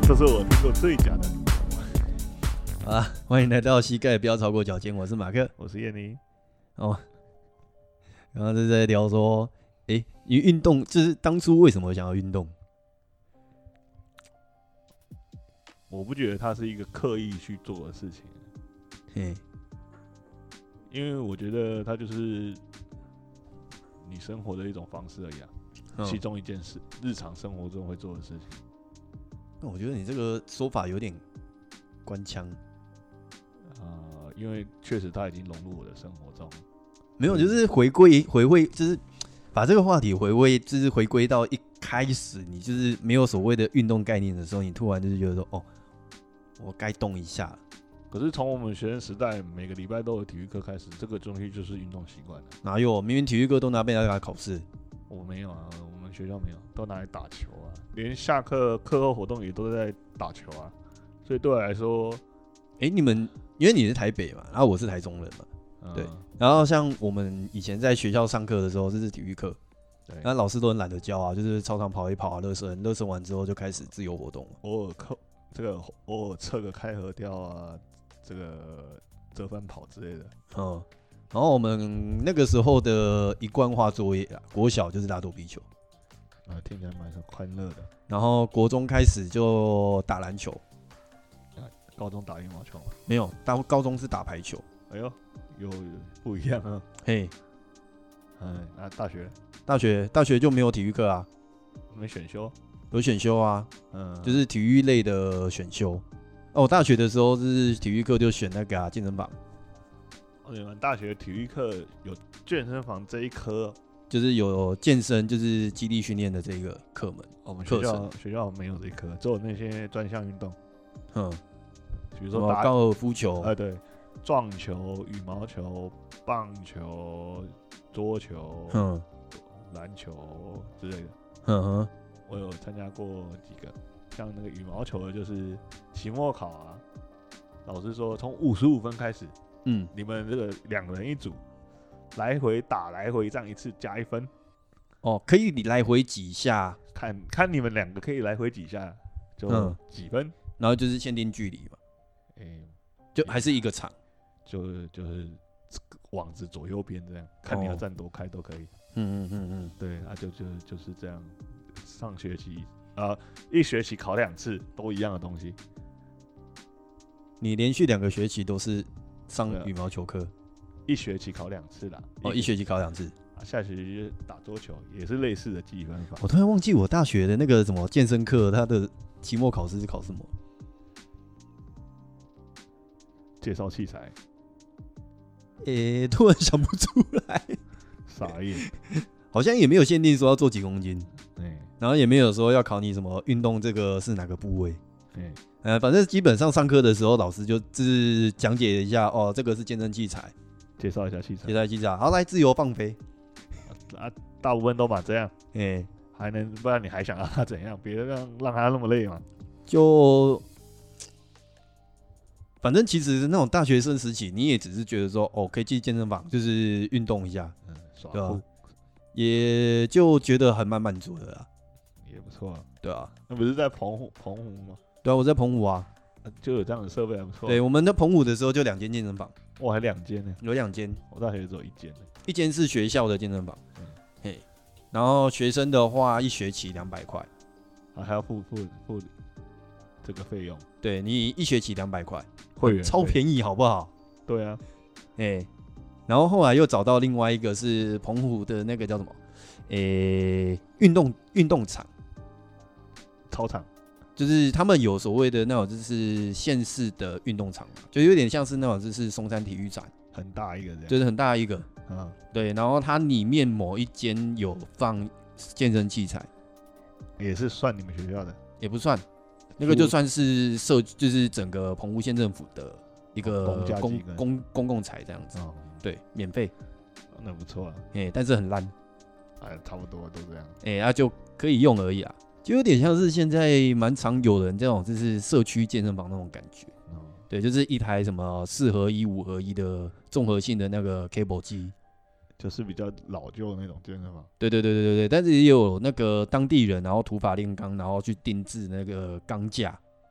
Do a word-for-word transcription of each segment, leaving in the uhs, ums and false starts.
这是我听过最假的。 啊，欢迎来到膝盖不要超过脚尖，我是马克， 我是燕妮。 哦，然后就在聊说，哎，你运动就是当初为什么想要运动？ 我不觉得它是一个刻意去做的事情， 嘿， 因为我觉得它就是你生活的一种方式而已啊， 嗯、 其中一件事，日常生活中会做的事情。 那我觉得你这个说法有点官腔。 呃，因为确实它已经融入我的生活中。 没有，就是回归回归，就是把这个话题回归，就是回归到一开始，你就是没有所谓的运动概念的时候，你突然就是觉得说，哦，我该动一下了。 可是从我们学生时代，每个礼拜都有体育课开始，这个东西就是运动习惯了。 哪有？明明体育课都拿被拿来考试。 我没有啊，我们学校没有，都拿来打球啊，连下课课后活动也都在打球啊。所以对我来说， 哎、欸，你们因为你是台北嘛，然后我是台中人嘛，嗯、对。然后像我们以前在学校上课的时候，这是体育课，那老师都很懒得教啊，就是操场跑一跑啊，热身，热身完之后就开始自由活动， 偶尔扣这个偶尔测个开合跳啊，这个折返跑之类的。 嗯，然后我们那个时候的一贯化作业啊，国小就是打躲避球， 啊，听起来蛮欢乐的。 然后国中开始就打篮球， 啊，高中打羽毛球吗？ 没有，到高中是打排球。 哎呦，有不一样啊。 嘿， 嗯，那大学？ 大学大学就没有体育课啊？ 没选修？ 有选修啊， 嗯， 就是体育类的选修。哦，我大学的时候是体育课就选那个啊健身房。 哦，你们大学体育课有健身房这一科？ 就是有健身，就是肌力训练的这个课门。 我们学校学校没有这一科，只有那些专项运动。 嗯， 比如说打高尔夫球， 呃，对，撞球、羽毛球、棒球、桌球、嗯，篮球之类的。 嗯哼， 我有参加过几个，像那个羽毛球的，就是期末考啊，老师说从五十五分开始，嗯，你们这个两人一组。来回打，来回这样一次加一分。 哦，可以来回几下？ 看看你们两个可以来回几下，就几分。嗯、 然后就是限定距离嘛，欸、就还是一个场， 就就是网子左右边这样，看你要站多开都可以。 嗯嗯嗯嗯， 对，啊就就就是这样。上学期啊、呃，一学期考两次，都一样的东西。 你连续两个学期都是上羽毛球课？ 一学期考两次啦， 哦，一学期考两次， 啊，下学期打桌球也是类似的计分法。 我突然忘记我大学的那个什么健身课，它的期末考试是考什么？ 介绍器材。 诶、欸，突然想不出来， 傻眼。 好像也没有限定说要做几公斤， 欸、 然后也没有说要考你什么运动这个是哪个部位。 欸呃，反正基本上上课的时候，老师就只讲解一下，哦，这个是健身器材。 介绍一下器材， 介绍器材，好，来自由放飞啊，大部分都嘛这样， 哎、欸， 还能不然你还想让他怎样？别让让他那么累嘛？ 就反正其实那种大学生时期，你也只是觉得说，哦，可以去健身房，就是运动一下， 嗯，耍酷，也就觉得还蛮满足的啦， 也不错啊， 对啊， 那不是在澎湖澎湖吗？ 对啊，我在澎湖啊， 就有这样的设备还不错。 对，我们在澎湖的时候就两间健身房。 哇，还两间呢？ 有两间， 我大学只有一间， 一间是学校的健身房，嗯，嘿，然后学生的话一学期两百块， 啊，还要付付付这个费用。 对，你一学期两百块， 会员超便宜，好不好？ 对啊， 哎，然后后来又找到另外一个是澎湖的那个叫什么？诶，运动运动场， 操场。 就是他们有所谓的那种，就是县市的运动场嘛，就有点像是那种，就是松山体育展， 很大一个这样， 就是很大一个， 嗯， 对。然后它里面某一间有放健身器材， 也是算你们学校的， 也不算，那个就算是社，就是整个澎湖县政府的一个公公公共财这样子，哦、对，免费， 那不错啊， 哎、欸，但是很烂， 哎，差不多都这样， 哎、欸，啊就可以用而已啊。就有点像是现在蛮常有人这种，就是社区健身房那种感觉，嗯、对，就是一台什么四合一、五合一的综合性的那个 cable 机， 就是比较老旧的那种健身房。 对对对对对，但是也有那个当地人，然后土法炼钢，然后去定制那个钢架，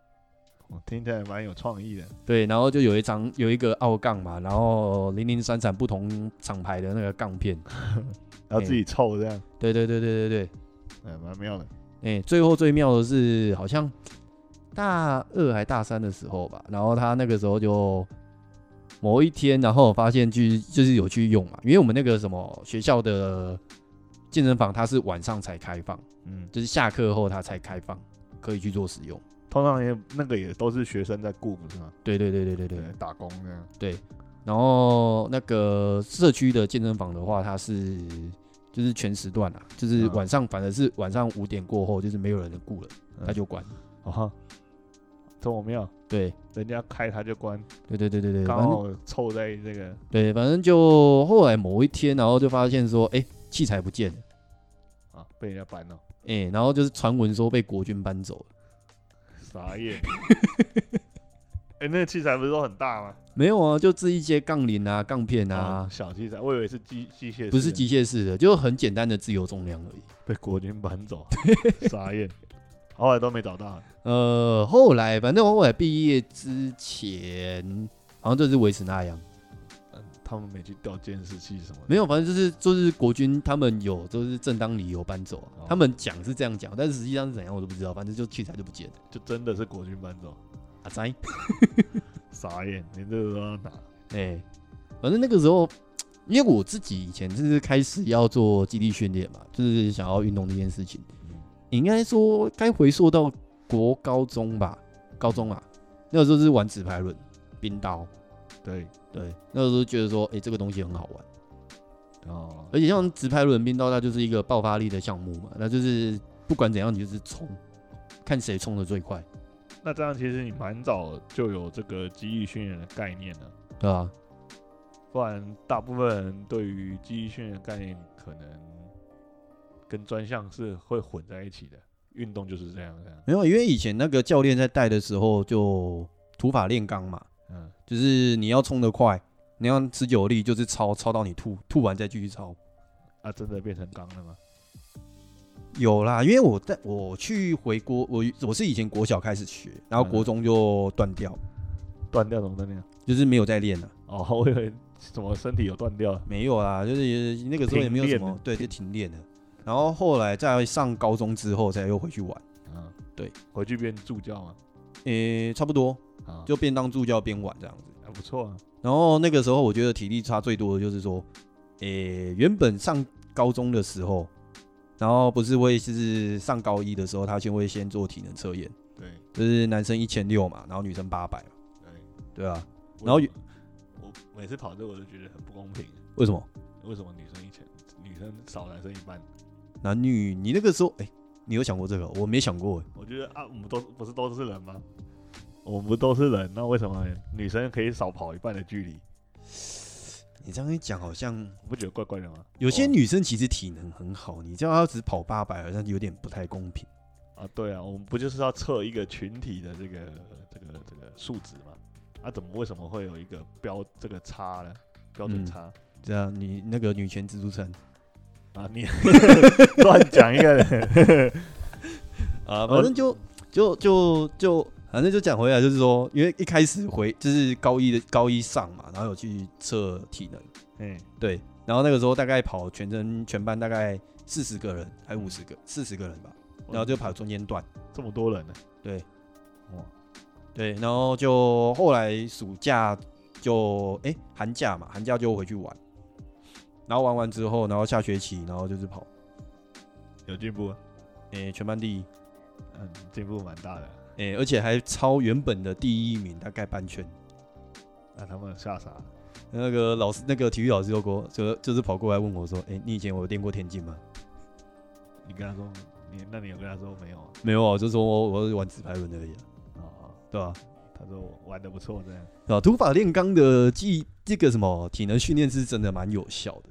听起来蛮有创意的。 对，然后就有一张有一个奥杠嘛，然后零零散散不同厂牌的那个杠片， 然后自己凑这样。 对对对对对对， 哎，蛮妙的。 哎、欸，最后最妙的是，好像大二还大三的时候吧，然后他那个时候就某一天，然后我发现去就是有去用嘛，因为我们那个什么学校的健身房，它是晚上才开放，嗯，就是下课后它才开放，可以去做使用。 通常也那个也都是学生在顾，不是吗？ 对对对对对对，对打工这样。 对，然后那个社区的健身房的话，它是就是全时段啦，就是晚上，反正是晚上五点过后，就是没有人的顾了，他就关。 哦哈，这么妙。 对， 人家开他就关。 对对对对对， 刚好凑在这个。 对，反正就后来某一天，然后就发现说，哎、欸，器材不见了。 啊，被人家搬了。 哎、欸，然后就是传闻说被国军搬走了。 傻眼。哎、欸，那个器材不是都很大吗？ 没有啊，就这一些杠铃啊、杠片啊、 哦，小器材，我以为是机机械式的， 不是机械式的，就很简单的自由重量而已。 被国军搬走，傻眼。后来都没找到。 呃，后来反正我后来毕业之前，好像就是维持那样。 嗯，他们没去调监视器什么的？ 没有，反正就是就是国军他们有就是正当理由搬走、啊哦、他们讲是这样讲，但是实际上是怎样我都不知道，反正就器材就不见了， 就真的是国军搬走。 阿哉， 傻眼，连这个都要拿。 哎、欸，反正那个时候，因为我自己以前就是开始要做肌力训练嘛，就是想要运动这件事情。应该说该回溯到国高中吧，高中啊，那个时候是玩纸牌轮、冰刀， 对对，那个时候觉得说，哎、欸，这个东西很好玩哦， 而且像纸牌轮、冰刀，它就是一个爆发力的项目嘛，那就是不管怎样，你就是冲，看谁冲的最快。 那这样其实你蛮早就有这个肌力训练的概念了， 对啊， 不然大部分人对于肌力训练的概念可能跟专项是会混在一起的，运动就是这样这样。 没有，因为以前那个教练在带的时候就土法炼钢嘛，嗯，就是你要冲得快，你要持久力，就是超超到你吐，吐完再继续超。 啊，真的变成钢了吗？ 有啦，因为我在我去回国，我我是以前国小开始学，然后国中就断掉。 断掉怎么断掉？ 就是没有在练了。 哦，我以为什么身体有断掉？ 没有啦，就是那个时候也没有什么，对，就停练了。然后后来在上高中之后，才又回去玩。嗯，对， 回去变助教吗？ 诶、欸，差不多，就边当助教边玩这样子， 还不错啊。 然后那个时候我觉得体力差最多的就是说，诶、欸，原本上高中的时候，然后不是会是上高一的时候，他先会先做体能测验， 对， 就是男生一千六嘛，然后女生八百嘛，对，对啊。然后我每次跑这我就觉得很不公平。 为什么？ 为什么女生一千，女生少男生一半？ 男女，你那个时候，哎、欸，你有想过这个？我没想过。 我觉得啊，我们都不是都是人吗？我们不都是人，那为什么女生可以少跑一半的距离？ 你这样一讲，好像你不觉得怪怪的吗？ 有些女生其实体能很好，你叫她只跑八百，好像有点不太公平啊。对啊，我们不就是要测一个群体的这个这个这个数值吗？啊，怎么为什么会有一个标这个差呢？标准差？ 这、嗯、样、啊、你那个女权自助餐啊，你乱讲一个人啊，反正就就就就。反正就讲回来，就是说，因为一开始回就是高一的高一上嘛，然后有去测体能，嗯，对，然后那个时候大概跑全真全班大概四十个人，还五十个，四十个人吧，然后就跑中间段， 这么多人呢？ 对，哇，对，然后就后来暑假就哎、欸、寒假嘛，寒假就回去玩，然后玩完之后，然后下学期，然后就是跑， 有进步啊， 哎、欸，全班第一， 嗯，进步蛮大的。 欸、而且还超原本的第一名，大概半圈。 那他们吓傻了。 那个老师，那个体育老师就过，就就是跑过来问我说：“哎、欸，你以前有练过田径吗？” 你跟他说，你那你有跟他说没有啊？ 没有啊，我就说我我是玩纸牌轮而已啊。 哦， 对吧、啊？ 他说我玩得不错，这样。 啊，土法炼钢的技这个什么体能训练是真的蛮有效的。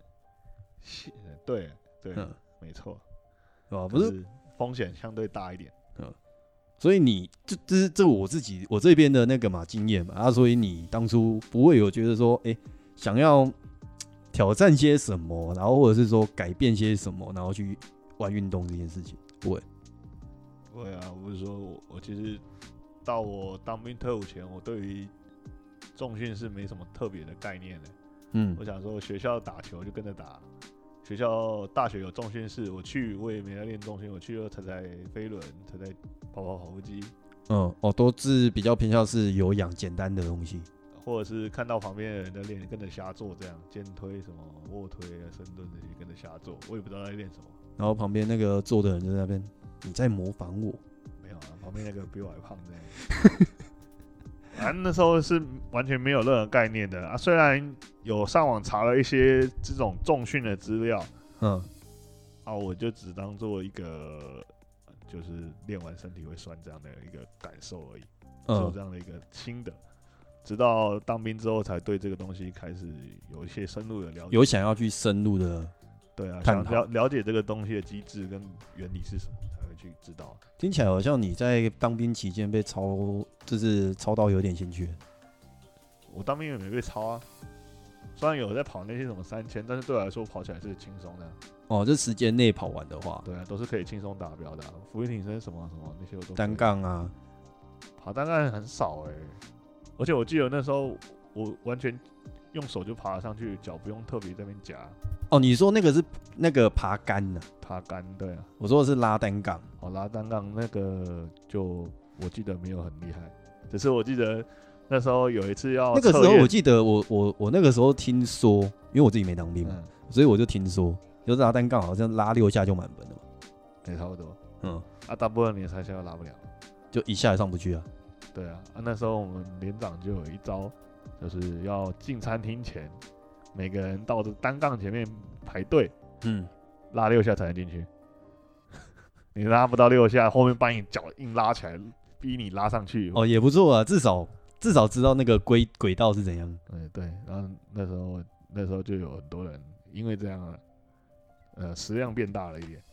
对对，嗯、没错， 对吧？不是风险相对大一点。 嗯。所以你这这是这我自己我这边的那个嘛经验嘛啊，所以你当初不会有觉得说，哎、欸，想要挑战些什么，然后或者是说改变些什么，然后去玩运动这件事情，不会？ 不会啊，我不是说我我其实到我当兵退伍前，我对于重训是没什么特别的概念的。嗯，我想说学校打球就跟着打，学校大学有重训室，我去我也没在练重训，我去了踩踩飞轮，踩踩跑跑跑步机。 嗯，哦，都是比较偏向是有氧简单的东西， 或者是看到旁边的人在练，跟着瞎做这样，肩推什么卧推啊、深蹲这些跟着瞎做，我也不知道在练什么。 然后旁边那个做的人就在那边，你在模仿我？ 没有啊，旁边那个比我还胖的。反正那时候是完全没有任何概念的啊，虽然有上网查了一些这种重训的资料，嗯，啊，我就只当做一个就是练完身体会酸这样的一个感受而已，只有这样的一个心得。直到当兵之后，才对这个东西开始有一些深入的了解， 有想要去深入的， 对啊，想了了解这个东西的机制跟原理是什么，才会去知道。 听起来好像你在当兵期间被操，就是操到有点兴趣。 我当兵也没被操啊，虽然有在跑那些什么三千，但是对我来说跑起来是轻松的。 哦，这时间内跑完的话， 对啊，都是可以轻松达标的、啊。俯卧挺身什么什么那些我都。 单杠啊， 爬单杠很少哎、欸，而且我记得那时候我完全用手就爬上去，脚不用特别在那边夹。 哦，你说那个是那个爬杆呢、啊？ 爬杆，对啊。 我说的是拉单杠。 哦，拉单杠那个就我记得没有很厉害，只是我记得那时候有一次要那个时候我记得我我我那个时候听说，因为我自己没当兵嘛，嗯、所以我就听说，就是拉单杠好像拉六下就满分了嘛。 对、欸，差不多。嗯，啊，大部分连三下都拉不了， 就一下也上不去啊。 对啊，啊那时候我们连长就有一招，就是要进餐厅前，每个人到这单杠前面排队，嗯，拉六下才能进去。你拉不到六下，后面把你脚硬拉起来，逼你拉上去。 哦，也不错啊，至少至少知道那个轨轨道是怎样。 嗯，对。然后那时候那时候就有很多人因为这样啊，呃，食量变大了一点。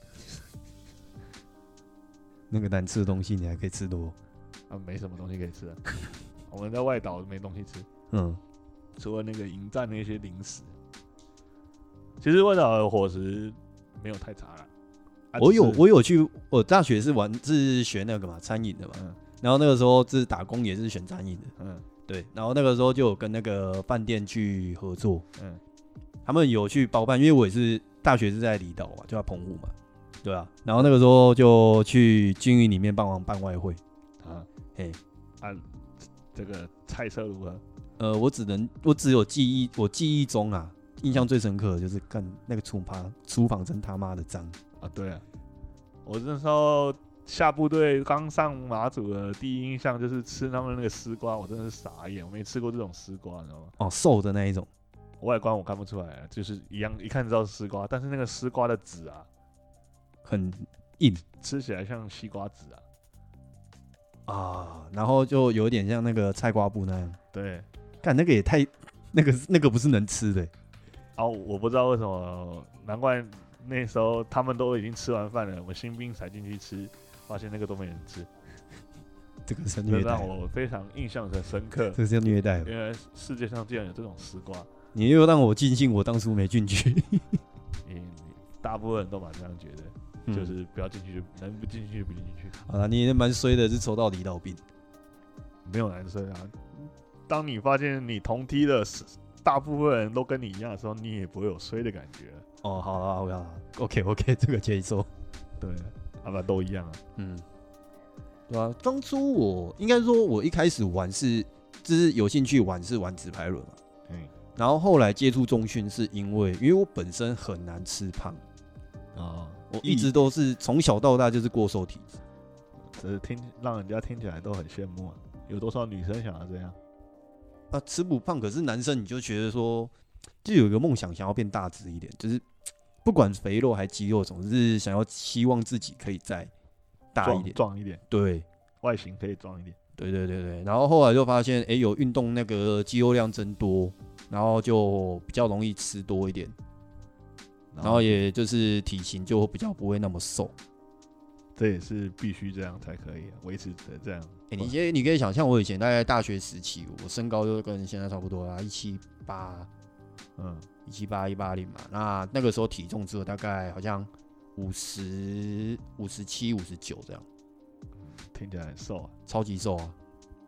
那个难吃的东西你还可以吃多？ 啊，没什么东西可以吃啊。我们在外岛没东西吃。嗯。除了那个营站那些零食，其实外岛的伙食没有太差了。 啊、我有我有去，我大学是玩是学那个嘛餐饮的嘛，嗯、然后那个时候是打工也是选餐饮的，嗯，对，然后那个时候就有跟那个饭店去合作，嗯，他们有去包办，因为我也是大学是在离岛嘛，就在澎湖嘛，对啊，然后那个时候就去军营里面帮忙办外汇，啊， 嘿，啊，这个菜色如何？ 呃，我只能我只有记忆，我记忆中啊，印象最深刻的就是干那个厨房厨房真他妈的脏。 啊，对啊，我那时候下部队刚上马祖的第一印象就是吃他们那个丝瓜，我真的是傻眼，我没吃过这种丝瓜，你知道吗？ 哦，瘦的那一种， 外观我看不出来啊，就是一样，一看知道是丝瓜，但是那个丝瓜的籽啊， 很硬， 吃起来像西瓜籽啊，啊，然后就有点像那个菜瓜布那样， 对， 干那个也太，那个那个不是能吃的、欸， 啊，我不知道为什么，难怪。那时候他们都已经吃完饭了，我们新兵才进去吃，发现那个都没人吃， 这个是虐待， 让我非常印象很深刻。 这个是虐待， 原来世界上竟然有这种丝瓜。 你又让我庆幸我当初没进去。 你大部分人都蛮这样觉得，嗯、就是不要进去，能不进去就不进去。 好了，你也蛮衰的，是抽到离岛病。 没有难衰啊，当你发现你同梯的大部分人都跟你一样的时候，你也不会有衰的感觉。 哦，好了，好了 ，OK OK， 这个接受。 对，他们都一样啊。 嗯，对啊，当初我应该说，我一开始玩是，就是有兴趣玩是玩直排轮嘛。嗯。然后后来接触重训，是因为因为我本身很难吃胖啊、哦，我一直都是从小到大就是过瘦体质。 这是听让人家听起来都很羡慕啊！有多少女生想要这样？ 啊，吃不胖，可是男生你就觉得说，就有一个梦想，想要变大只一点，就是。不管肥肉还肌肉，总是想要希望自己可以再大一点、 壮一点， 对， 外形可以壮一点， 对对对对。然后后来就发现，哎、欸，有运动那个肌肉量增多，然后就比较容易吃多一点，然后也就是体型就比较不会那么瘦。 这也是必须这样才可以维持着这样。 哎、欸，你先你可以想象，我以前大概大学时期，我身高就跟现在差不多啦，一七八，嗯。一七八一八零嘛，那那个时候体重只有大概好像五十五十七五十九这样， 听起来很瘦啊， 超级瘦啊。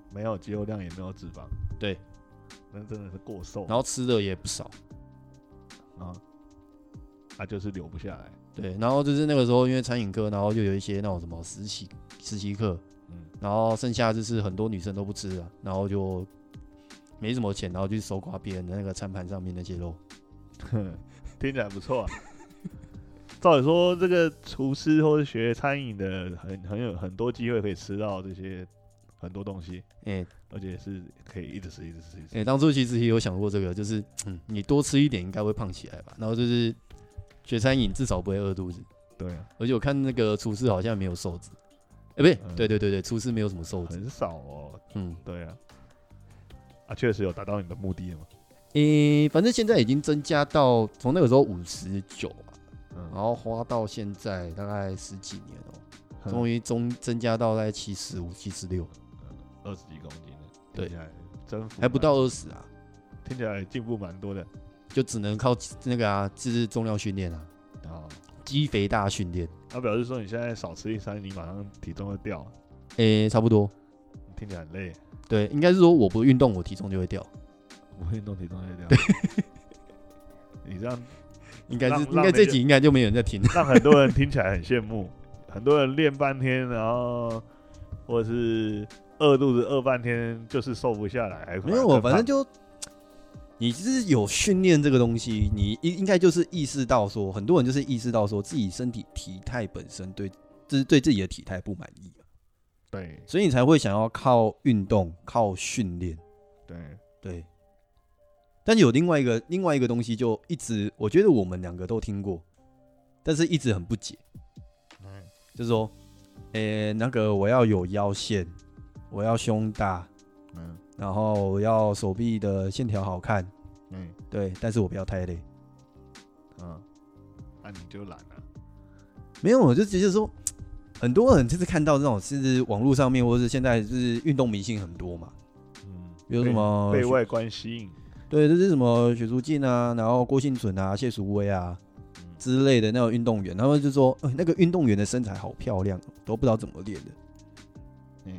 没有肌肉量也没有脂肪， 对， 那真的是过瘦， 然后吃的也不少， 啊，他就是留不下来。 对，然后就是那个时候因为餐饮课，然后就有一些那种什么实习实习课，嗯，然后剩下就是很多女生都不吃了，然后就没什么钱，然后去搜刮别人的那个餐盘上面那些肉， 听起来不错啊。照理说，这个厨师或者学餐饮的很很有很多机会可以吃到这些很多东西，哎、欸，而且是可以一直吃一直吃一直吃。 哎、欸，当初其实也有想过这个，就是嗯，你多吃一点应该会胖起来吧。然后就是学餐饮至少不会饿肚子。 对啊， 而且我看那个厨师好像没有瘦子，哎、欸，不对、嗯，对对对对，厨师没有什么瘦子， 很少哦。嗯，对啊，啊，确实有达到你的目的了吗？ 诶、欸，反正现在已经增加到从那个时候五十九。然后花到现在大概十几年哦，终于增增加到大概七十五、七十六， 二十几公斤了。 对， 增幅还不到二十啊， 听起来进步蛮多的。 就只能靠那个啊，就是重量训练啊，啊，肌肥大训练。 他表示说你现在少吃一餐，你马上体重会掉。 诶、欸，差不多。 听起来很累。 对，应该是说我不运动，我体重就会掉。 不运动体重就会掉。你这样。 应该是应该这集应该就没人在听， 让很多人听起来很羡慕。很多人练半天，然后或者是饿肚子饿半天，就是瘦不下来。 没有，反正就你是有训练这个东西，你应该就是意识到说，很多人就是意识到说自己身体体态本身对，就是对自己的体态不满意， 对， 所以你才会想要靠运动、靠训练。 对对。但有另外一个另外一个东西，就一直我觉得我们两个都听过，但是一直很不解。嗯，就是说，诶、欸，那个我要有腰线，我要胸大，嗯，然后我要手臂的线条好看，嗯，对，但是我不要太累。 嗯，那、啊、你就懒了、啊。 没有，我就直接说，很多人就是看到这种，是网络上面或是现在就是运动迷信很多嘛，嗯，有什么被外观吸引。 对，这是什么许淑净啊，然后郭婞淳啊、谢淑薇啊、嗯、之类的那种运动员，他们就说，呃，那个运动员的身材好漂亮，都不知道怎么练的。 嗯，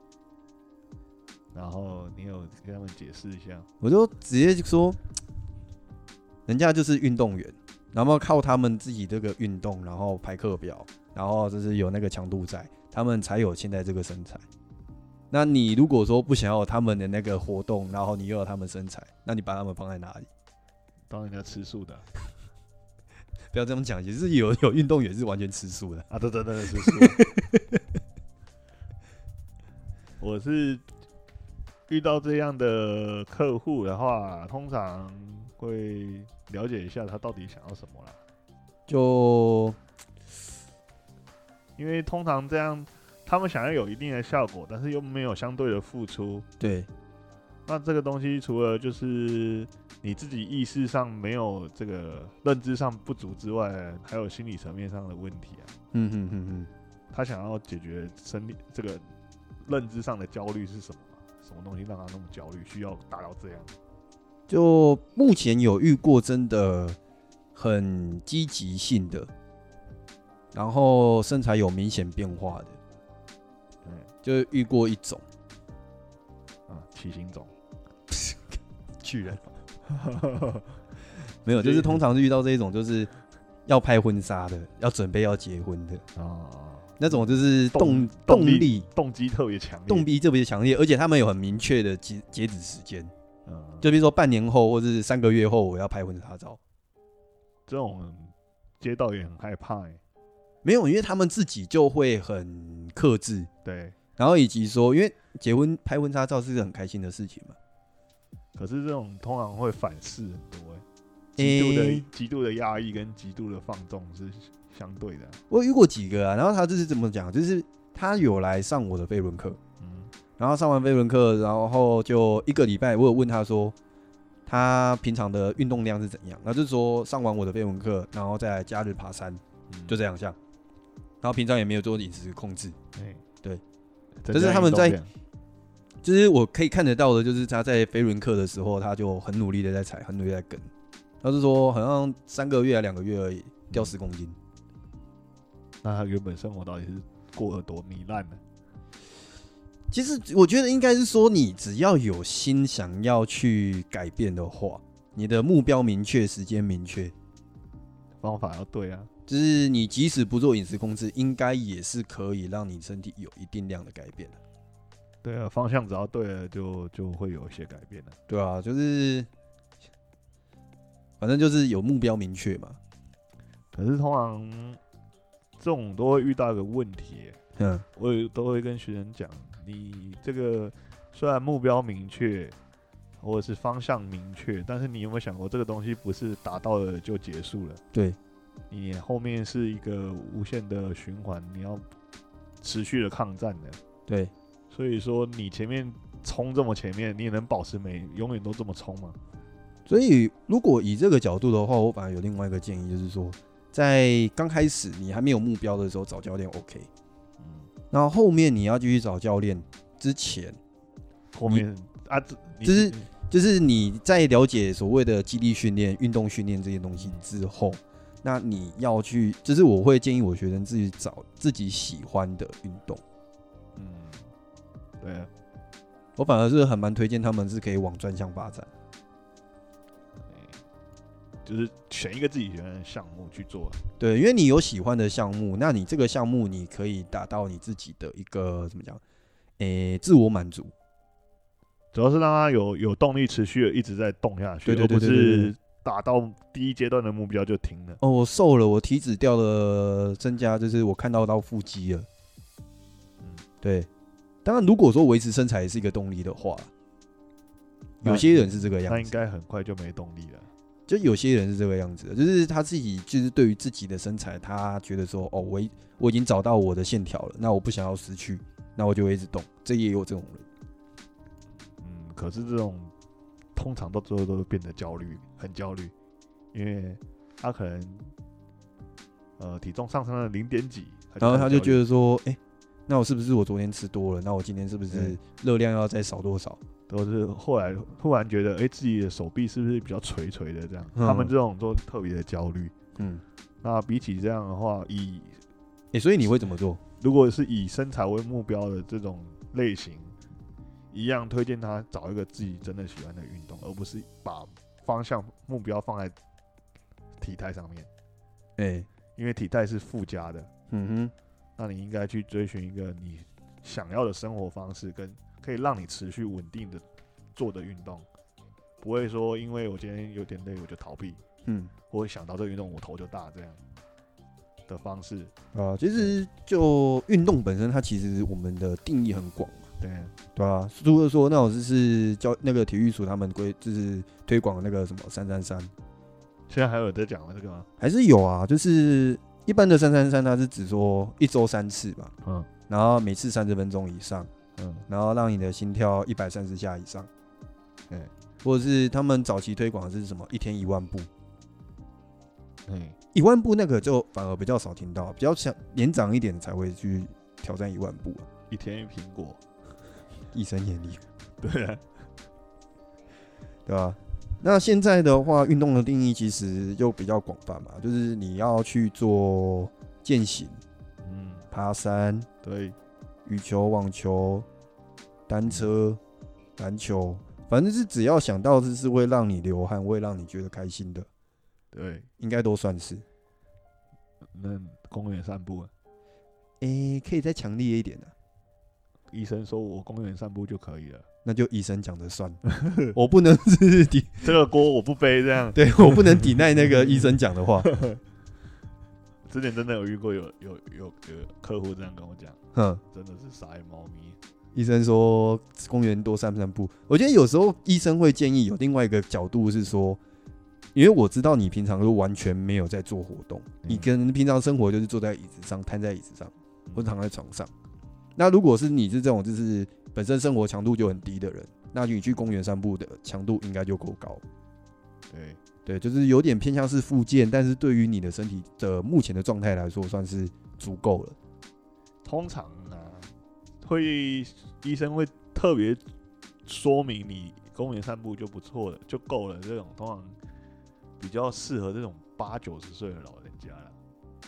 然后你有跟他们解释一下？ 我就直接说，人家就是运动员，然后靠他们自己这个运动，然后排课表，然后就是有那个强度在，他们才有现在这个身材。那你如果说不想要他们的那个活动，然后你又有他们身材，那你把他们放在哪里？ 当人家吃素的、啊， 不要这样讲，也是有有运动员是完全吃素的啊，对对对，吃素。我是遇到这样的客户的话，通常会了解一下他到底想要什么啦。 就因为通常这样。他们想要有一定的效果，但是又没有相对的付出。 对， 那这个东西除了就是你自己意识上没有这个认知上不足之外，还有心理层面上的问题啊。 嗯哼哼哼， 他想要解决生理这个认知上的焦虑是什么？什么东西让他那么焦虑，需要达到这样？ 就目前有遇过真的很积极性的，然后身材有明显变化的。就遇过一种， 啊，奇形种， 巨人，没有，就是通常遇到这一种，就是要拍婚纱的，要准备要结婚的啊，那种就是动动力动机特别强烈， 动机特别强烈，而且他们有很明确的截截止时间，嗯，就比如说半年后或者是三个月后我要拍婚纱照， 这种接到也很害怕哎、欸， 没有，因为他们自己就会很克制， 对。 然后以及说，因为结婚拍婚纱照是很开心的事情嘛， 可是这种通常会反噬很多、欸，极度的极、欸、度的压抑跟极度的放纵是相对的、啊。 我遇过几个啊，然后他就是怎么讲，就是他有来上我的飞轮课，嗯，然后上完飞轮课，然后就一个礼拜，我有问他说，他平常的运动量是怎样，然后就是说上完我的飞轮课，然后再来假日爬山，嗯、就这两项，然后平常也没有做饮食控制，欸、对。就是他们在，就是我可以看得到的，就是他在飞轮课的时候，他就很努力的在踩，很努力在跟。他是说，好像三个月还两个月而已，掉十公斤。 那他原本生活到底是过得多糜烂呢？ 其实我觉得应该是说，你只要有心想要去改变的话，你的目标明确，时间明确， 方法要对啊。 就是你即使不做饮食控制，应该也是可以让你身体有一定量的改变的。 对啊，方向只要对了就，就就会有一些改变了。 对啊，就是反正就是有目标明确嘛。 可是通常这种都会遇到一个问题，嗯，我也都会跟学生讲，你这个虽然目标明确或者是方向明确，但是你有没有想过，这个东西不是达到了就结束了？ 对， 你后面是一个无限的循环，你要持续的抗战的。 对， 所以说你前面冲这么前面，你也能保持每永远都这么冲吗？ 所以如果以这个角度的话，我反而有另外一个建议，就是说，在刚开始你还没有目标的时候找教练 OK， 嗯，然后后面你要继续找教练之前， 后面啊， 就是就是你在了解所谓的肌力训练、运动训练这些东西之后，那你要去，就是我会建议我学生自己找自己喜欢的运动。 嗯，对啊， 我反而是很蛮推荐他们是可以往专项发展， 就是选一个自己喜欢的项目去做。 对，因为你有喜欢的项目，那你这个项目你可以达到你自己的一个怎么讲？诶、欸，自我满足。 主要是让他有有动力持续的一直在动下去， 对对对对对对， 而不是达到第一阶段的目标就停了。 哦，我瘦了，我体脂掉了，增加就是我看到到腹肌了。嗯，对。当然，如果说维持身材也是一个动力的话，有些人是这个样子， 那应该很快就没动力了。 就有些人是这个样子的，就是他自己就是对于自己的身材，他觉得说，哦，我我已经找到我的线条了，那我不想要失去，那我就会一直动。这也有这种人。 嗯，可是这种通常到最后都会变得焦虑，很焦虑，因为他可能呃体重上升了零点几， 然后他就觉得说，哎、欸。那我是不是我昨天吃多了？那我今天是不是热量要再少多少？ 都是后来突然觉得，哎、欸，自己的手臂是不是比较垂垂的这样？嗯、他们这种都特别的焦虑。嗯，那比起这样的话，以哎、欸，所以你会怎么做？ 如果是以身材为目标的这种类型，一样推荐他找一个自己真的喜欢的运动，而不是把方向目标放在体态上面。哎、欸，因为体态是附加的。嗯哼。那你应该去追寻一个你想要的生活方式，跟可以让你持续稳定的做的运动，不会说因为我今天有点累我就逃避，嗯，或者想到这个运动我头就大这样的方式啊。其实就运动本身，它其实我们的定义很广嘛， 对对啊。除了说那种就是教那个体育署他们规就是推广那个什么三三三， 现在还有在讲这个吗？ 还是有啊，就是。一般的三三三，它是指说一周三次嘛，嗯，然后每次三十分钟以上，嗯，然后让你的心跳一百三十下以上，嗯，或者是他们早期推广的是什么一天一万步，嗯，一万步那个就反而比较少听到，比较像年长一点才会去挑战一万步啊， 一天一苹果， 一生眼力， 对啊， 对吧？那现在的话，运动的定义其实又比较广泛嘛，就是你要去做健行，嗯，爬山， 对， 羽球、网球、单车、篮球，反正是只要想到的是会让你流汗、会让你觉得开心的， 对， 应该都算是。 那公园散步， 哎、欸，可以再强烈一点的、啊。 医生说我公园散步就可以了。 那就医生讲的算，我不能是抵这个锅我不背，这样对我不能抵赖那个医生讲的话。 之前真的有遇过有有有有客户这样跟我讲，嗯，真的是傻眼猫咪。 医生说公园多散散步，我觉得有时候医生会建议有另外一个角度是说，因为我知道你平常都完全没有在做活动，嗯、你可能平常生活就是坐在椅子上、瘫在椅子上，或者躺在床上。那如果是你是这种就是本身生活强度就很低的人，那你去公园散步的强度应该就够高。 对对，就是有点偏向是复健，但是对于你的身体的目前的状态来说，算是足够了。 通常啊，会医生会特别说明你公园散步就不错了，就够了。这种通常比较适合这种八九十岁的老人家了。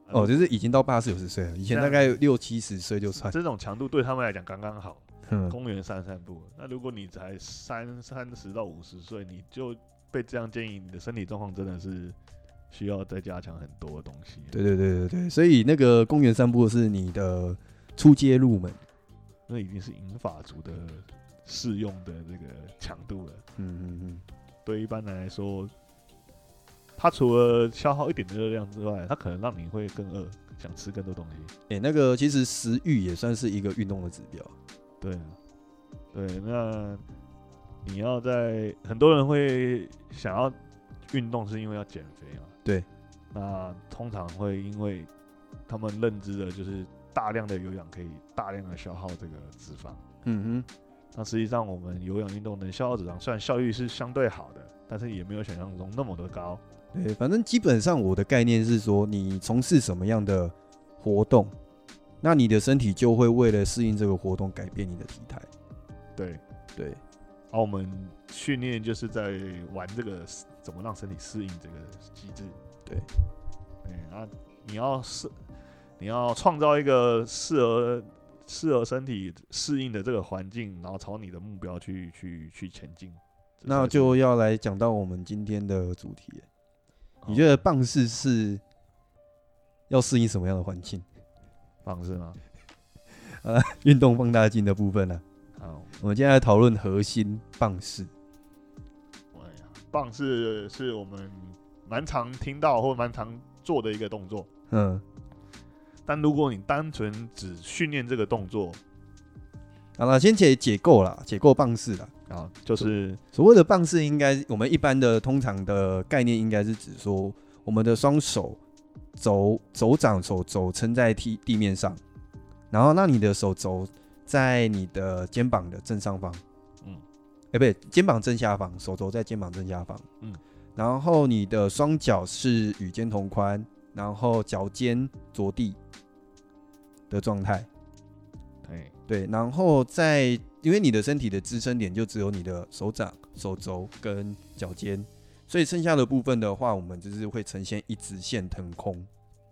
哦，就是已经到八十九十岁了，以前大概六七十岁就算。 这种强度对他们来讲刚刚好。嗯、公园散散步。那如果你才三三十到五十岁，你就被这样建议，你的身体状况真的是需要再加强很多的东西。 对对对对对，所以那个公园散步是你的初阶入门， 那已经是银发族的适用的这个强度了。嗯嗯嗯，对一般人来说，它除了消耗一点的热量之外，它可能让你会更饿，想吃更多东西。 哎、欸，那个其实食欲也算是一个运动的指标。 对啊，对，那你要在很多人会想要运动，是因为要减肥嘛？ 对， 那通常会因为他们认知的就是大量的有氧可以大量的消耗这个脂肪。嗯哼，那实际上我们有氧运动能消耗脂肪，虽然效率是相对好的，但是也没有想象中那么的高。 对，反正基本上我的概念是说，你从事什么样的活动，那你的身体就会为了适应这个活动改变你的体态。 对对， 而、啊、我们训练就是在玩这个怎么让身体适应这个机制。 对， 对啊，你要是你要创造一个适合适合身体适应的这个环境，然后朝你的目标去去去前进。 那就要来讲到我们今天的主题。你觉得棒式是要适应什么样的环境？ 棒式吗？ 呃，运动放大镜的部分呢、啊？好，我们今天来讨论核心棒式。 棒式是我们蛮常听到或蛮常做的一个动作。嗯，但如果你单纯只训练这个动作， 好了，先解解构啦，解构棒式啦。 啊，就是所谓的棒式，应该我们一般的通常的概念，应该是指说我们的双手肘肘掌手肘撑在地地面上，然后让你的手肘在你的肩膀的正上方，嗯，哎、欸，不对，肩膀正下方，手肘在肩膀正下方，嗯，然后你的双脚是与肩同宽，然后脚尖着地的状态，对对，然后在因为你的身体的支撑点就只有你的手掌、手肘跟脚尖，所以剩下的部分的话，我们就是会呈现一直线腾空。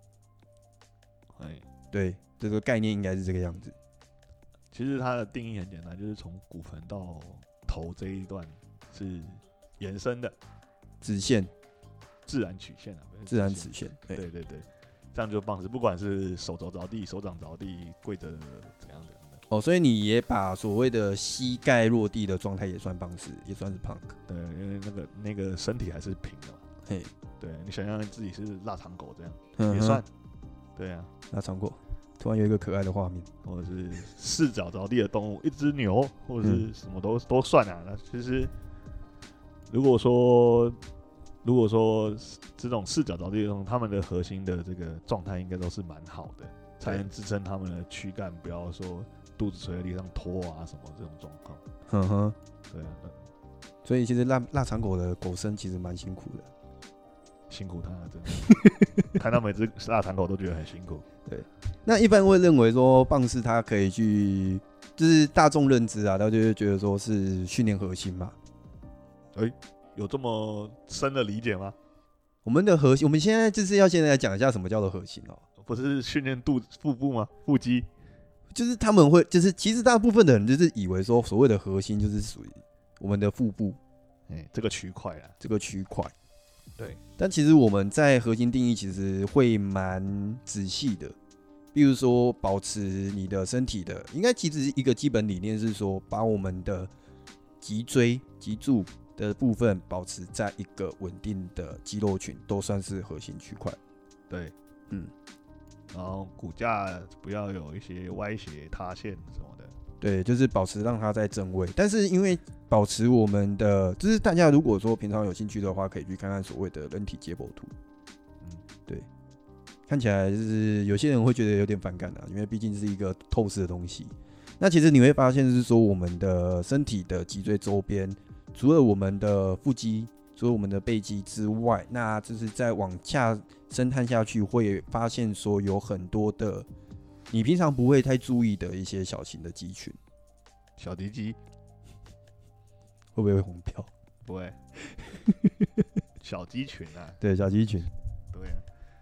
对，这个概念应该是这个样子。 其实它的定义很简单，就是从骨盆到头这一段是延伸的直线， 自然曲线啊， 自然直线。 对对 对, 對，这样就棒式，不管是手肘着地、手掌着地、跪着怎样的。 哦，所以你也把所谓的膝盖落地的状态也算棒式，也算是 punk。 对，因为那个那个身体还是平的嘛。嘿，对你想象自己是腊肠狗这样，嗯、也算。对啊， 腊肠狗，突然有一个可爱的画面， 或者是四脚着地的动物，一只牛，或者是什么都、嗯、都算啊。那其实如果说如果说这种四脚着地的动物，他们的核心的这个状态应该都是蛮好的，才能支撑他们的躯干，不要说肚子垂在地上拖啊什么这种状况。嗯哼，对啊， 所以其实腊腊肠狗的狗生其实蛮辛苦的。 辛苦他了，真的。看到每只腊肠狗都觉得很辛苦。 对，那一般会认为说棒式它可以去，就是大众认知啊，他就会觉得说是训练核心嘛。 哎、欸，有这么深的理解吗？ 我们的核心，我们现在就是要现在来讲一下什么叫做核心哦、喔。 不是训练肚腹部吗？腹肌。 就是他们会，就是其实大部分的人就是以为说所谓的核心就是属于我们的腹部， 哎、欸，这个区块啊， 这个区块。 对， 但其实我们在核心定义其实会蛮仔细的，比如说保持你的身体的，应该其实一个基本理念是说，把我们的脊椎、脊柱的部分保持在一个稳定的肌肉群，都算是核心区块。 对，嗯，然后骨架不要有一些歪斜、塌陷什么的。 对，就是保持让它在正位，但是因为保持我们的，就是大家如果说平常有兴趣的话，可以去看看所谓的人体解剖图。嗯，对，看起来就是有些人会觉得有点反感啊，因为毕竟是一个透视的东西。那其实你会发现是说，我们的身体的脊椎周边，除了我们的腹肌，除了我们的背肌之外，那就是在往下深探下去，会发现说有很多的。你平常不会太注意的一些小型的肌群， 小鸡鸡会不会红标？ 不会，小肌群啊， 对，小肌群， 对啊。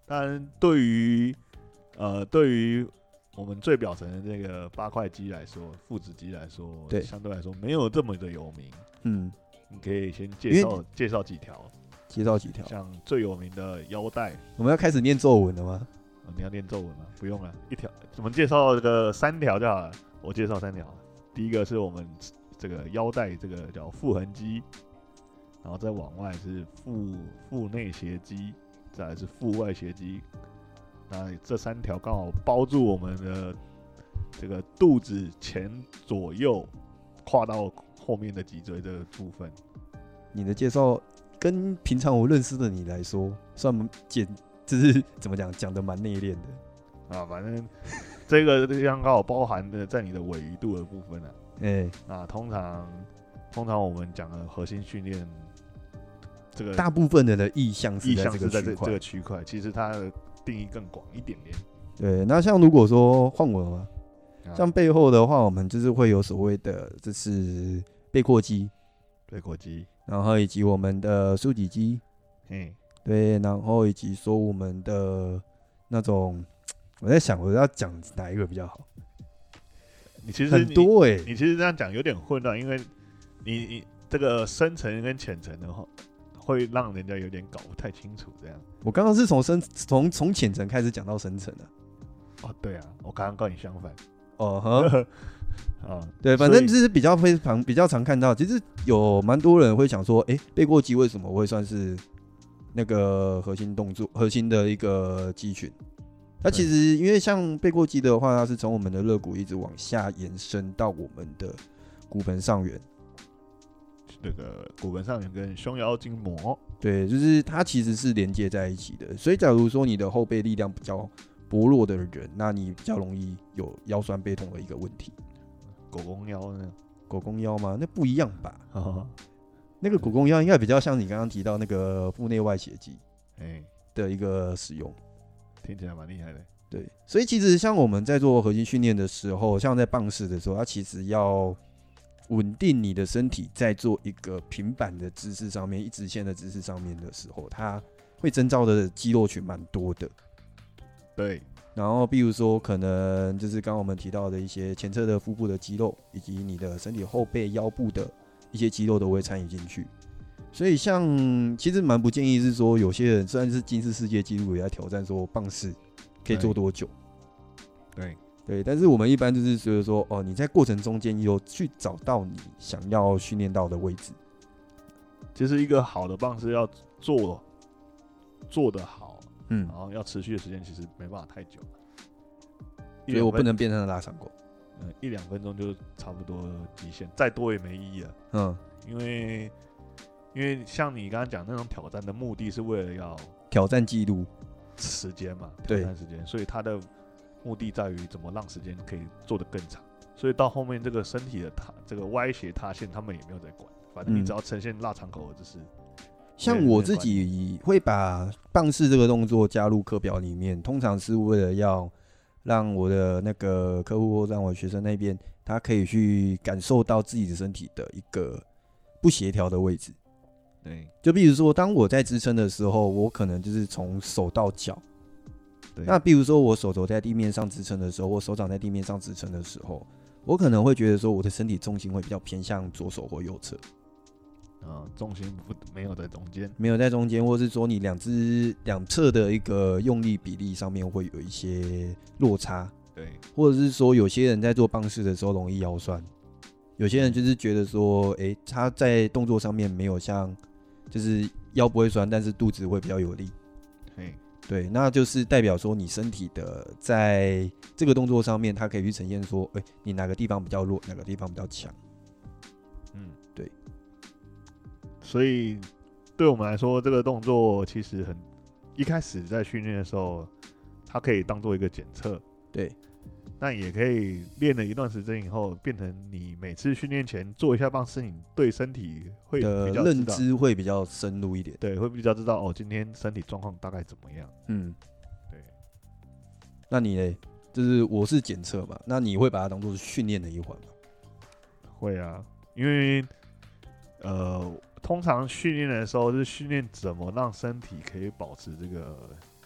当然对于呃对于我们最表层的这个八块肌来说，腹直肌来说，对，相对来说没有这么的有名。嗯，你可以先介绍介绍几条， 介绍几条， 像最有名的腰带。 我们要开始念咒文了吗？ 哦、你要念咒文吗？不用了，一条，我们介绍这个三条就好了。我介绍三条，第一个是我们这个腰带，这个叫腹横肌，然后再往外是腹腹内斜肌，再来是腹外斜肌。那这三条刚好包住我们的这个肚子前左右跨到后面的脊椎的部分。 你的介绍跟平常我认识的你来说，算简，就是怎么讲，讲的蛮内敛的啊。反正这个地方刚好包含的在你的尾鱼肚的部分啊。哎、欸，那通常通常我们讲的核心训练，这个大部分人的意向是在这个这个区块，其实它的定义更广一点点。 对，那像如果说换我了嘛，像背后的话，我们就是会有所谓的，就是背阔肌， 背阔肌， 然后以及我们的竖脊肌， 嗯， 对，然后以及说我们的那种，我在想我要讲哪一个比较好。 你其实很多哎、欸， 你其实这样讲有点混乱，因为你你这个深层跟浅层的话，会让人家有点搞不太清楚。这样， 我刚刚是从深从从浅层开始讲到深层的。 哦，对啊，我刚刚跟你相反。 哦呵，啊，对，反正就是比较非常比较常看到，其实有蛮多人会想说，哎、欸，背阔肌为什么会算是那个核心动作、核心的一个肌群？它其实因为像背阔肌的话，它是从我们的肋骨一直往下延伸到我们的骨盆上缘。 那个骨盆上缘跟胸腰筋膜， 对，就是它其实是连接在一起的。所以，假如说你的后背力量比较薄弱的人，那你比较容易有腰酸背痛的一个问题。 狗公腰呢？ 狗公腰吗？那不一样吧？哦、那个狗公腰应该比较像你刚刚提到那个腹内外斜肌的一个使用。 听起来蛮厉害的。 对，所以其实像我们在做核心训练的时候，像在棒式的时候，它其实要稳定你的身体，在做一个平板的姿势上面、一直线的姿势上面的时候，它会征召的肌肉群蛮多的。 对， 然后比如说可能就是刚刚我们提到的一些前侧的腹部的肌肉，以及你的身体后背、腰部的一些肌肉都会参与进去。所以像其实蛮不建议是说，有些人虽然是金氏世界纪录也在挑战说棒式可以做多久， 对对，但是我们一般就是觉得说，哦，你在过程中间有去找到你想要训练到的位置。 其实一个好的棒式要做做得好， 嗯， 然后要持续的时间其实没办法太久， 所以我不能变成拉长狗， 嗯，一两分钟就差不多极限，再多也没意义了， 嗯， 因为。因为像你刚刚讲那种挑战的目的是为了要挑战记录时间嘛，挑战时间，所以它的目的在于怎么让时间可以做得更长。所以到后面这个身体的塌这个歪斜塌陷，他们也没有在管，反正你只要呈现腊肠口的姿势。 嗯、像我自己会把棒式这个动作加入课表里面，通常是为了要让我的那个客户或让我学生那边，他可以去感受到自己的身体的一个不协调的位置。 对， 就比如说，当我在支撑的时候，我可能就是从手到脚。 对， 那比如说我手肘在地面上支撑的时候，我手掌在地面上支撑的时候，我可能会觉得说，我的身体重心会比较偏向左手或右侧。 啊、嗯，重心不没有在中间， 没有在中间，或是说你两只两侧的一个用力比例上面会有一些落差。 对， 或者是说有些人在做棒式的时候容易腰酸，有些人就是觉得说，哎、欸，他在动作上面没有像。就是腰不会酸，但是肚子会比较有力。对，那就是代表说你身体的在这个动作上面，它可以去呈现说，哎、欸，你哪个地方比较弱，哪个地方比较强。 嗯， 对。 所以对我们来说，这个动作其实很一开始在训练的时候，它可以当做一个检测。 对。 那也可以练了一段时间以后，变成你每次训练前做一下棒式，你对身体会比较认知会比较深入一点， 对，会比较知道哦，今天身体状况大概怎么样。 嗯， 对。 那你呢？就是我是检测嘛，那你会把它当做是训练的一环吗？ 会啊，因为呃，通常训练的时候是训练怎么让身体可以保持这个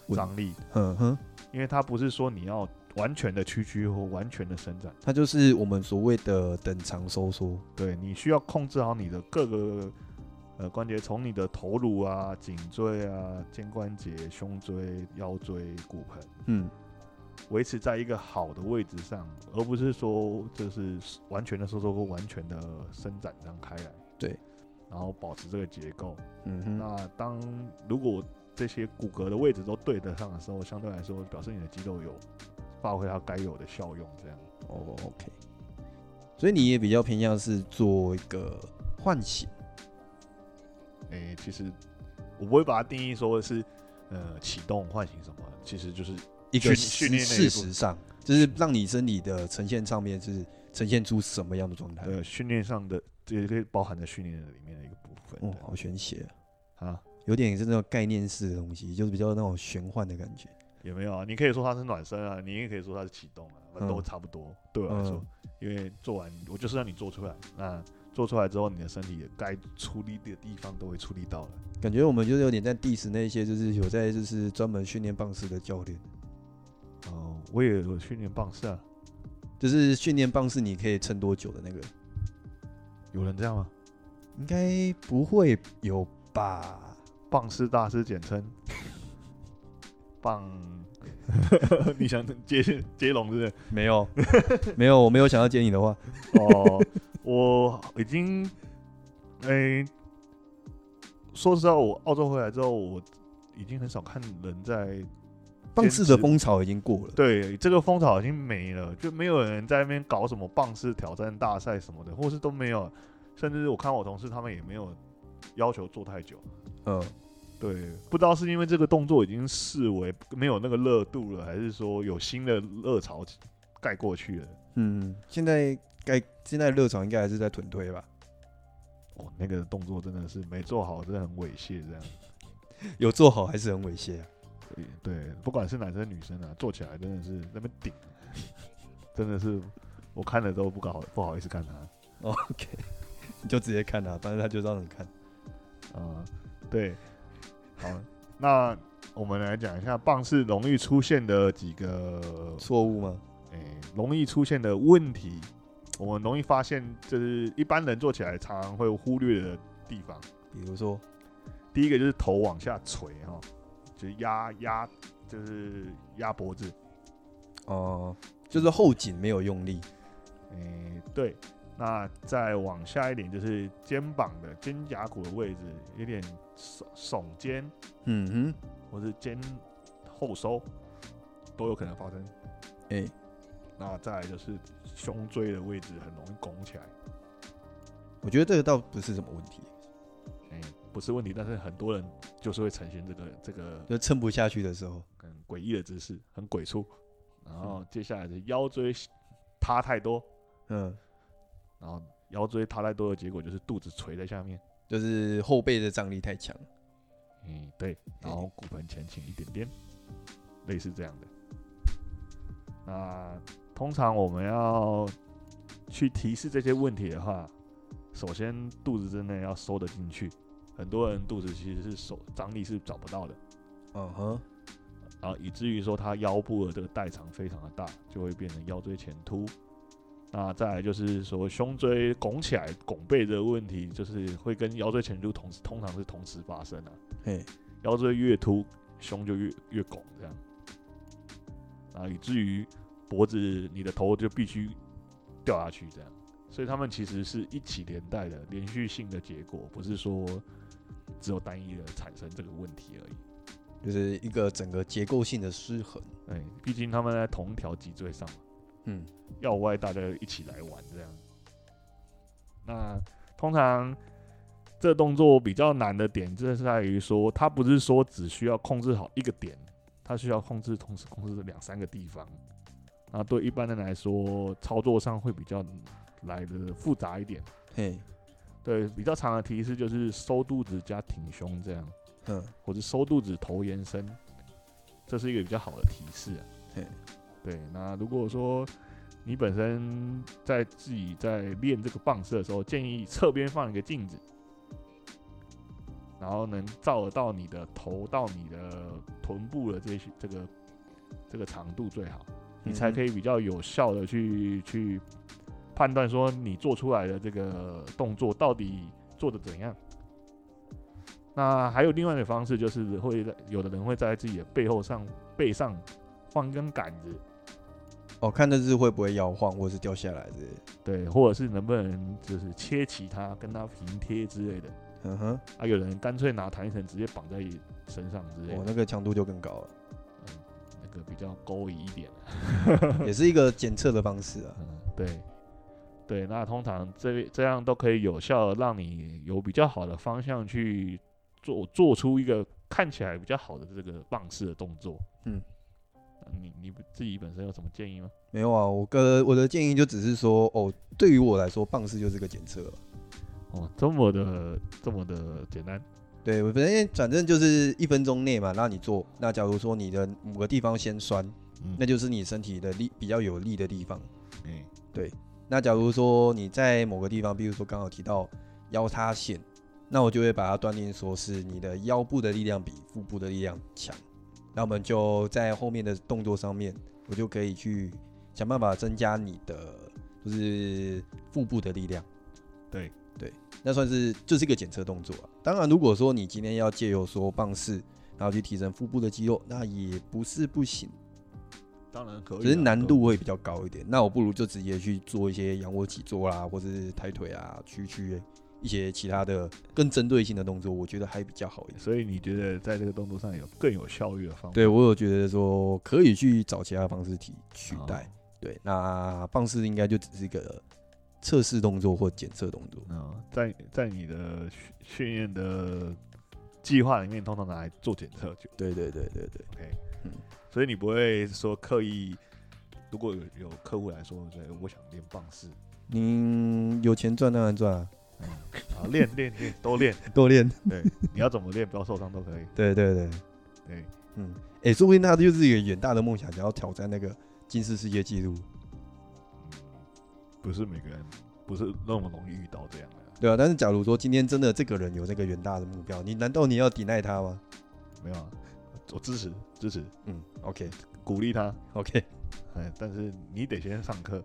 张力。 嗯哼， 因为它不是说你要完全的屈曲或完全的伸展， 它就是我们所谓的等长收缩。 对，你需要控制好你的各个呃关节，从你的头颅啊、颈椎啊、肩关节、胸椎、腰椎、骨盆，嗯，维持在一个好的位置上，而不是说就是完全的收缩或完全的伸展这样开来。 对， 然后保持这个结构。 嗯哼， 那当如果这些骨骼的位置都对得上的时候，相对来说表示你的肌肉有发挥它该有的效用，这样。 哦 ，OK。所以你也比较偏向是做一个唤醒。 诶、欸，其实我不会把它定义说是呃启动唤醒什么，其实就是一个训练事实上，就是让你身体的呈现上面是呈现出什么样的状态。 对，训练上的也可以包含在训练里面的一个部分。 哦，好玄学啊！啊有点是那种概念式的东西，就是比较那种玄幻的感觉。 也没有啊，你可以说它是暖身啊，你也可以说它是启动啊，嗯、都差不多。对我来说，嗯、因为做完我就是让你做出来，那做出来之后，你的身体该处理的地方都会处理到了。 感觉我们就是有点在 diss 那些就是有在就是专门训练棒式的教练。 哦，我也有训练棒式啊， 就是训练棒式你可以撑多久的那个？ 有人这样吗？ 应该不会有吧？ 棒式大师简称棒，你想接接龙是不是？ 没有，没有，我没有想要接你的话。 哦，我已经，诶、欸，说实在，我澳洲回来之后，我已经很少看人在棒式的风潮已经过了。 对，这个风潮已经没了，就没有人在那边搞什么棒式挑战大赛什么的，或是都没有。甚至我看我同事他们也没有要求做太久。嗯。对，不知道是因为这个动作已经视为没有那个热度了，还是说有新的热潮盖过去了？ 嗯，现在该现在热潮应该还是在臀推吧？ 哦，那个动作真的是没做好，真的很猥亵，这样。 有做好还是很猥亵啊？ 对，不管是男生女生啊，做起来真的是那边顶，真的是我看了都不搞不好意思看他。 OK， 你就直接看他，反正他就让你看。 啊、呃，对。好，那我们来讲一下棒式容易出现的几个错误吗？ 诶、欸，容易出现的问题，我们容易发现，就是一般人做起来常常会忽略的地方。 比如说， 第一个就是头往下垂哈，就是压压，就是压脖子。 哦、呃，就是后颈没有用力。 诶、欸，对。那再往下一点，就是肩膀的肩胛骨的位置有点耸肩，嗯哼，或是肩后收都有可能发生。哎、欸，那再来就是胸椎的位置很容易拱起来。 我觉得这个倒不是什么问题， 哎、欸，不是问题，但是很多人就是会呈现这个这个， 就撑不下去的时候， 很诡异的姿势，很鬼畜。然后接下来是腰椎塌太多，嗯。然后腰椎塌太多的结果就是肚子垂在下面， 就是后背的张力太强。 嗯，对。然后骨盆前倾一点点，类似这样的。那通常我们要去提示这些问题的话，首先肚子真的要收得进去。很多人肚子其实是手张力是找不到的。嗯哼。然后以至于说他腰部的这个代偿非常的大，就会变成腰椎前凸。那再来就是说胸椎拱起来、拱背的问题，就是会跟腰椎前凸同时，通常是同时发生啊。嘿，腰椎越凸，胸就越越拱这样，啊，以至于脖子你的头就必须掉下去这样。所以他们其实是一起连带的、连续性的结果，不是说只有单一的产生这个问题而已， 就是一个整个结构性的失衡。 哎，毕竟他们在同一条脊椎上嘛。嗯，要外大家一起来玩这样。那通常这个动作比较难的点，就是在于说，它不是说只需要控制好一个点，它需要控制同时控制两三个地方。那对一般人来说，操作上会比较来的复杂一点。嘿，对，比较长的提示就是收肚子加挺胸这样，嗯，或者收肚子头延伸，这是一个比较好的提示啊。嘿。对，那如果说你本身在自己在练这个棒式的时候，建议侧边放一个镜子，然后能照得到你的头到你的臀部的这些这个这个长度最好，你才可以比较有效的去去判断说你做出来的这个动作到底做的怎样。那还有另外一个方式，就是会有的人会在自己的背后上背上放一根杆子， 哦，看的是会不会摇晃或是掉下来之类的， 对，或者是能不能就是切齐它，跟它平贴之类的。 嗯哼， 啊，有人干脆拿弹力绳直接绑在身上之类的， 哦，那个强度就更高了， 嗯，那个比较勾引一点， 也是一个检测的方式啊。 嗯，对，对，那通常这这样都可以有效的让你有比较好的方向去做做出一个看起来比较好的这个棒式的动作。嗯，你你自己本身有什么建议吗？ 没有啊，我个我的建议就只是说，哦，对于我来说，棒式就是个检测了。 哦，这么的这么的简单。 对，反正反正就是一分钟内嘛，让你做。那假如说你的某个地方先酸，嗯、那就是你身体的力比较有力的地方。嗯，对。那假如说你在某个地方，比如说刚好提到腰塌陷，那我就会把它锻炼说是你的腰部的力量比腹部的力量强。那我们就在后面的动作上面，我就可以去想办法增加你的就是腹部的力量。 对。 对，那算是就是一个检测动作啊。当然，如果说你今天要借由说棒式，然后去提升腹部的肌肉，那也不是不行。 当然可以， 只是难度会比较高一点。那我不如就直接去做一些仰卧起坐啦，或是抬腿啊，去去一些其他的更针对性的动作，我觉得还比较好一点。 所以你觉得在这个动作上有更有效率的方法？ 对，我有觉得说可以去找其他方式取取代。哦、对，那棒式应该就只是一个测试动作或检测动作。 嗯，在在你的训练的计划里面，通常拿来做检测就。 对对对对对。 OK， 嗯，所以你不会说刻意，如果有有客户来说，对，我想练棒式， 你有钱赚当然赚啊。 嗯，好，练练练，都练， 都练。 对，你要怎么练，不要受伤都可以。 对对对对， 嗯，哎、欸，说不定他就是一个远大的梦想，想要挑战那个金氏世界纪录。 不是每个人不是那么容易遇到这样的， 对啊。但是假如说今天真的这个人有那个远大的目标，你难道你要抵赖他吗？ 没有啊，我支持支持， 嗯 ，OK， 鼓励他 ，OK， 哎，但是你得先上课，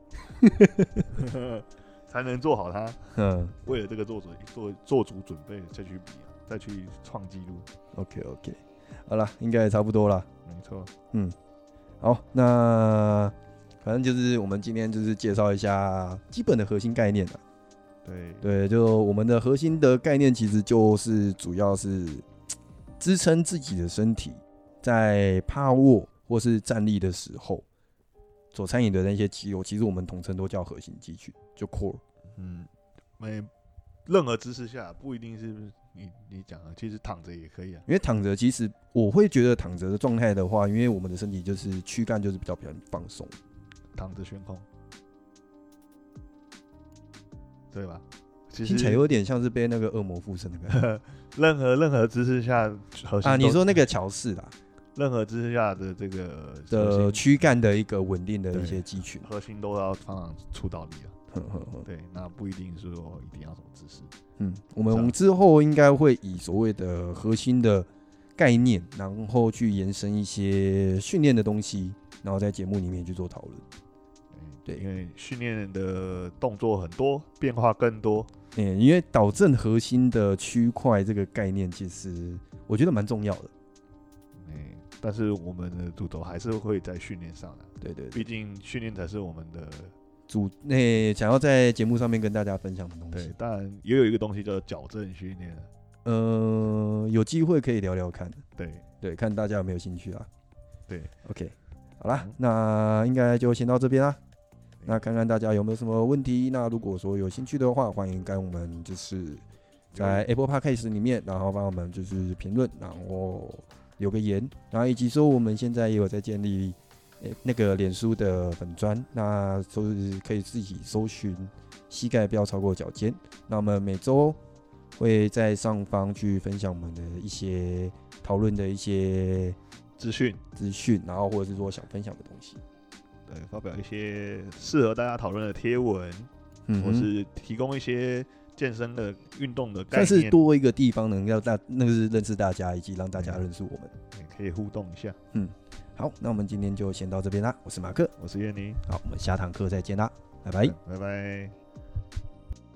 才能做好它。嗯，为了这个做准做做足准备，再去比、啊，再去创纪录。 OK OK， 好了，应该也差不多了。 没错， 嗯，好，那。反正就是我们今天就是介绍一下基本的核心概念啊。 对对，就我们的核心的概念其实就是主要是支撑自己的身体在趴卧或是站立的时候所参与的那些肌肉，其实我们统称都叫核心肌群，就 core。 嗯，没任何姿势下不一定是你你讲的，其实躺着也可以啊。 因为躺着，其实我会觉得躺着的状态的话，因为我们的身体就是躯干就是比较比较放松。 躺着悬空，对吧？ 其实听起来有点像是被那个恶魔附身的感觉。 任何任何姿势下核心啊，你说那个桥式啦， 任何姿势下的这个的躯干的一个稳定的一些肌群， 核心都要常常出到力啊。对，那不一定是说一定要什么姿势。 嗯，我们之后应该会以所谓的核心的概念，然后去延伸一些训练的东西，然后在节目里面去做讨论。 对，因为训练的动作很多，变化更多。 嗯，因为导正核心的区块这个概念，其实我觉得蛮重要的。 嗯，但是我们的主轴还是会在训练上的。 对对， 毕竟训练才是我们的主那想要在节目上面跟大家分享的东西。 对，当然也有一个东西叫做矫正训练。 呃，有机会可以聊聊看。 对对，看大家有没有兴趣啊。 对 ，OK， 好啦，嗯、那应该就先到这边啦。那看看大家有没有什么问题？那如果说有兴趣的话，欢迎跟我们就是在 Apple Podcast 里面，然后帮我们就是评论，然后留个言，然后以及说我们现在也有在建立、欸、那个脸书的粉专，那就是可以自己搜寻膝盖不要超过脚尖。那我们每周会在上方去分享我们的一些讨论的一些资讯资讯，然后或者是说想分享的东西。 对，发表一些适合大家讨论的贴文，嗯、或是提供一些健身的运动的概念， 算是多一个地方能让大那个是认识大家，以及让大家认识我们， 也可以互动一下。 嗯，好，那我们今天就先到这边啦。我是马克， 我是叶妮， 好，我们下堂课再见啦，拜拜， 拜拜。